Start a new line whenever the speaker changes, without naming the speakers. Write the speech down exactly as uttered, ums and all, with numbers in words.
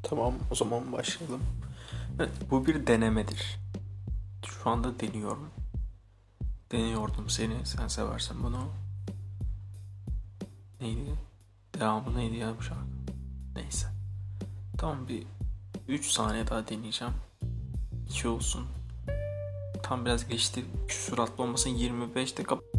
Tamam, o zaman başlayalım. Evet, bu bir denemedir. Şu anda deniyorum. Deniyordum seni, sen seversen bunu. Neydi? Devamı neydi ya bu şarkı? Neyse. Tamam, bir üç saniye daha deneyeceğim. iki olsun. Tam biraz geçti. Küsuratlı olmasın, yirmi beşte kap...